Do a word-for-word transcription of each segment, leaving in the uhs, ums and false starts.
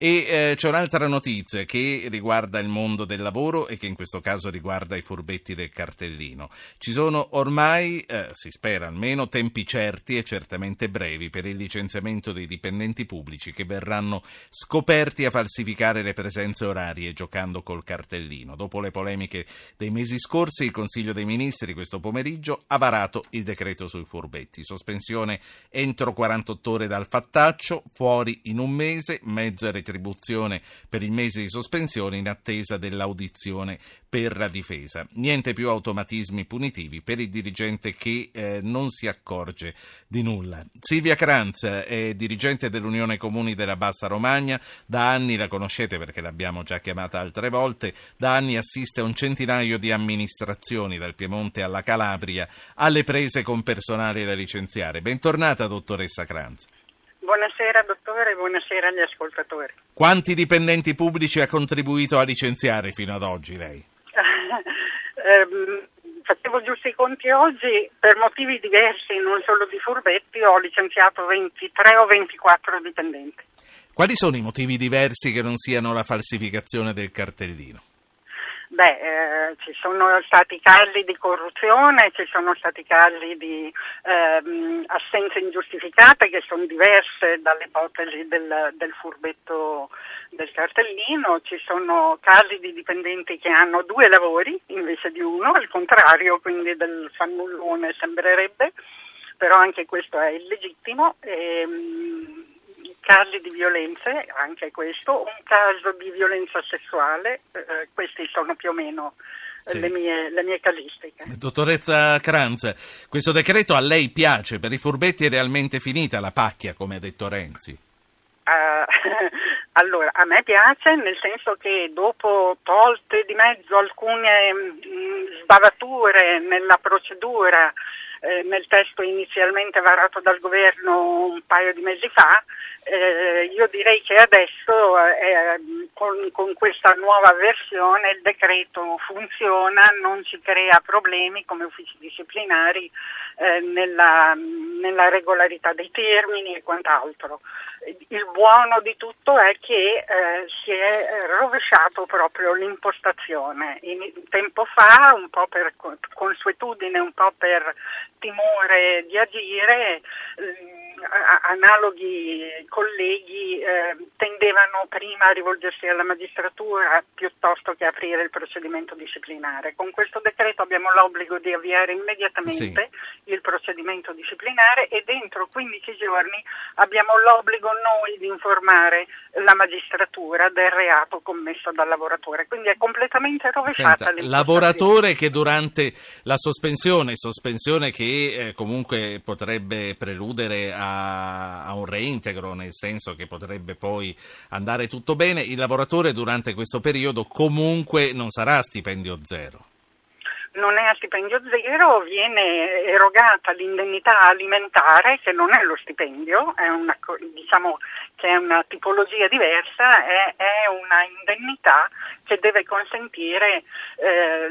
E eh, c'è un'altra notizia che riguarda il mondo del lavoro e che in questo caso riguarda i furbetti del cartellino. Ci sono ormai, eh, si spera almeno, tempi certi e certamente brevi per il licenziamento dei dipendenti pubblici che verranno scoperti a falsificare le presenze orarie giocando col cartellino. Dopo le polemiche dei mesi scorsi, il Consiglio dei Ministri questo pomeriggio ha varato il decreto sui furbetti. Sospensione entro quarantotto ore dal fattaccio, fuori in un mese, mezza retribuzione per il mese di sospensione in attesa dell'audizione per la difesa. Niente più automatismi punitivi per il dirigente che eh, non si accorge di nulla. Silvia Cranz è dirigente dell'Unione Comuni della Bassa Romagna, da anni la conoscete perché l'abbiamo già chiamata altre volte, da anni assiste a un centinaio di amministrazioni dal Piemonte alla Calabria alle prese con personale da licenziare. Bentornata dottoressa Cranz. Buonasera dottore, buonasera agli ascoltatori. Quanti dipendenti pubblici ha contribuito a licenziare fino ad oggi lei? eh, facevo giusto i conti oggi, per motivi diversi, non solo di furbetti, ho licenziato ventitré o ventiquattro dipendenti. Quali sono i motivi diversi che non siano la falsificazione del cartellino? Beh, eh, ci sono stati casi di corruzione, ci sono stati casi di ehm, assenze ingiustificate che sono diverse dalle ipotesi del, del furbetto del cartellino, ci sono casi di dipendenti che hanno due lavori invece di uno, al contrario quindi del fannullone sembrerebbe, però anche questo è illegittimo. Ehm, Casi di violenze, anche questo, un caso di violenza sessuale, eh, questi sono più o meno eh, sì. le, mie, le mie casistiche. Dottoressa Cranz, questo decreto a lei piace? Per i furbetti è realmente finita la pacchia, come ha detto Renzi? Uh, allora, a me piace nel senso che dopo tolte di mezzo alcune mh, sbavature nella procedura, eh, nel testo inizialmente varato dal governo un paio di mesi fa, Eh, io direi che adesso eh, con, con questa nuova versione il decreto funziona, non ci crea problemi come uffici disciplinari eh, nella, nella regolarità dei termini e quant'altro. Il buono di tutto è che eh, si è rovesciato proprio l'impostazione. In, tempo fa, un po' per consuetudine, un po' per timore di agire, eh, analoghi colleghi eh, tendevano prima a rivolgersi alla magistratura piuttosto che aprire il procedimento disciplinare. Con questo decreto abbiamo l'obbligo di avviare immediatamente sì. il procedimento disciplinare e dentro quindici giorni abbiamo l'obbligo noi di informare la magistratura del reato commesso dal lavoratore. Quindi è completamente rovesciata Senta, lavoratore che durante la sospensione, sospensione che eh, comunque potrebbe preludere a a un reintegro, nel senso che potrebbe poi andare tutto bene, il lavoratore durante questo periodo comunque non sarà a stipendio zero. Non è a stipendio zero, viene erogata l'indennità alimentare, che non è lo stipendio, è una, diciamo che è una tipologia diversa, è, è una indennità che deve consentire eh,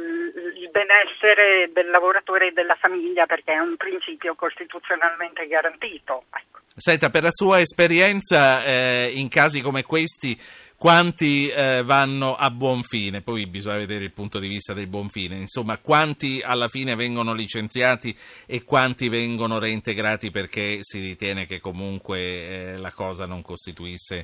il benessere del lavoratore e della famiglia, perché è un principio costituzionalmente garantito. Ecco. Senta, per la sua esperienza eh, in casi come questi, quanti eh, vanno a buon fine? Poi bisogna vedere il punto di vista del buon fine. Insomma, quanti alla fine vengono licenziati e quanti vengono reintegrati perché si ritiene che comunque eh, la cosa non costituisse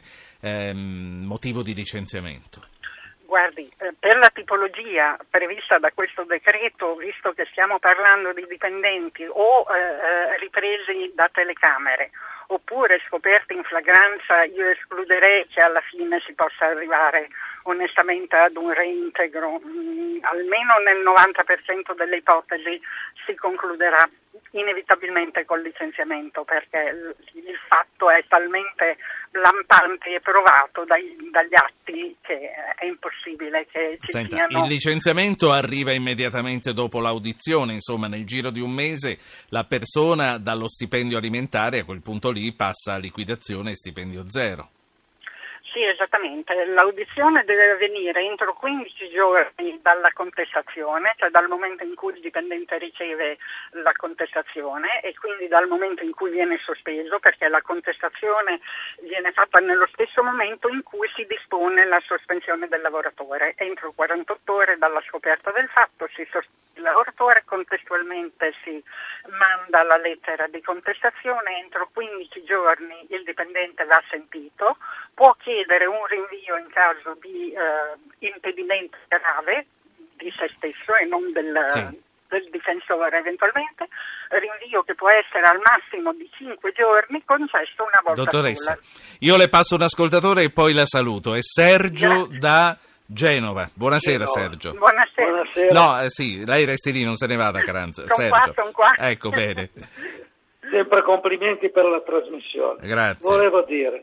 ehm, motivo di licenziamento? Guardi, eh, per la tipologia prevista da questo decreto, visto che stiamo parlando di dipendenti o eh, ripresi da telecamere oppure scoperti in flagranza, io escluderei che alla fine si possa arrivare onestamente ad un reintegro. Mm, almeno nel novanta per cento delle ipotesi si concluderà inevitabilmente col licenziamento, perché il fatto è talmente lampante e provato dai, dagli atti che è impossibile che ci Senta, siano... Il licenziamento arriva immediatamente dopo l'audizione, insomma nel giro di un mese la persona dallo stipendio alimentare a quel punto lì passa a liquidazione e stipendio zero. Sì, esattamente. L'audizione deve avvenire entro quindici giorni dalla contestazione, cioè dal momento in cui il dipendente riceve la contestazione e quindi dal momento in cui viene sospeso, perché la contestazione viene fatta nello stesso momento in cui si dispone la sospensione del lavoratore. Entro quarantotto ore dalla scoperta del fatto si sospende il lavoratore, contestualmente si manda la lettera di contestazione, entro quindici giorni il dipendente va sentito, può chiedere un rinvio in caso di eh, impedimento grave di se stesso e non del, sì. del difensore eventualmente, rinvio che può essere al massimo di cinque giorni, concesso una volta Dottoressa, sola. io le passo un ascoltatore e poi la saluto, è Sergio Grazie. da Genova. Buonasera Genova. Sergio. Buonasera. Buonasera. No, eh, sì, lei resti lì, non se ne vada, Caranza. Sono Sergio. qua, sono qua. Ecco, bene. Sempre complimenti per la trasmissione. Grazie. Volevo dire,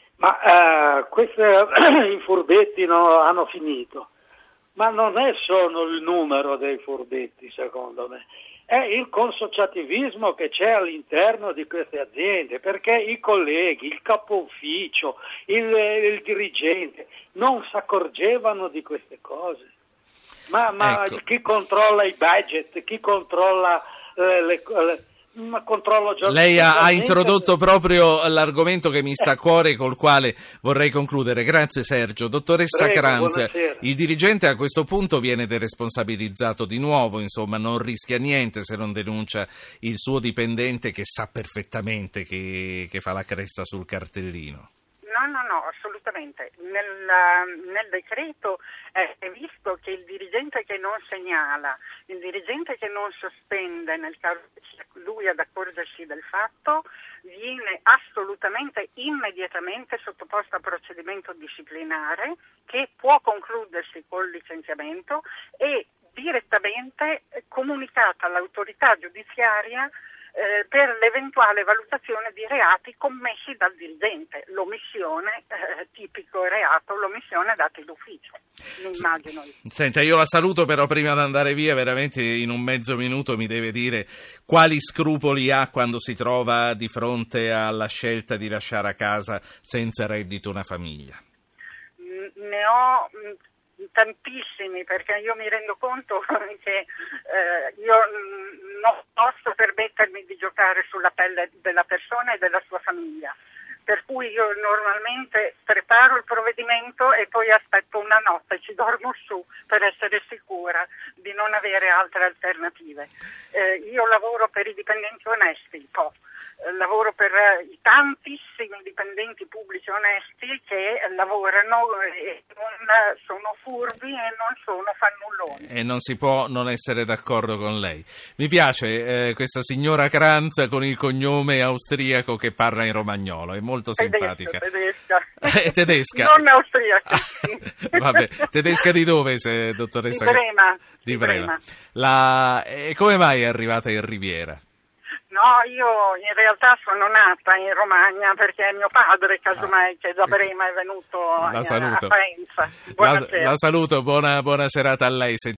ma uh, questi i furbetti no, hanno finito, ma non è solo il numero dei furbetti, secondo me, è il consociativismo che c'è all'interno di queste aziende, perché i colleghi, il capo ufficio, il, il dirigente non si accorgevano di queste cose. Ma, ma Ecco. chi controlla i budget, chi controlla le, le, le ma controllo già. Lei ha, ha introdotto proprio l'argomento che mi sta a cuore, col quale vorrei concludere. Grazie Sergio. Dottoressa Prego, Kranz, buonasera. il dirigente a questo punto viene deresponsabilizzato di nuovo, insomma non rischia niente se non denuncia il suo dipendente che sa perfettamente che, che fa la cresta sul cartellino. No, no, no, assolutamente. Nel, nel decreto è visto che il dirigente che non segnala, il dirigente che non sospende nel caso che sia lui ad accorgersi del fatto, viene assolutamente immediatamente sottoposto a procedimento disciplinare che può concludersi col licenziamento e direttamente comunicata all'autorità giudiziaria Eh, per l'eventuale valutazione di reati commessi dal dirigente, l'omissione, eh, tipico reato, l'omissione dati d'ufficio, mi immagino. Senta, io la saluto, però prima di andare via veramente in un mezzo minuto mi deve dire quali scrupoli ha quando si trova di fronte alla scelta di lasciare a casa senza reddito una famiglia. Ne ho tantissimi, perché io mi rendo conto che eh, io non posso permettermi di giocare sulla pelle della persona e della sua famiglia, per cui io normalmente preparo il provvedimento e poi aspetto una notte, ci dormo su per essere sicura di non avere altre alternative. Eh, io lavoro per i dipendenti onesti, po'. Eh, lavoro per eh, i tantissimi dipendenti pubblici onesti che lavorano e non sono furbi e non sono fannulloni. E non si può non essere d'accordo con lei. Mi piace eh, questa signora Kranz con il cognome austriaco che parla in romagnolo, è molto simpatica. Tedesca. È tedesca. Non austriaca. Vabbè, tedesca di dove, se, dottoressa? Di Brema. Di Di Brema. Brema. La... E come mai è arrivata in Riviera? No, io in realtà sono nata in Romagna perché mio padre, casomai, che da Brema è venuto La a, saluto. a Faenza. La, Buonasera. la saluto, buona, buona serata a lei.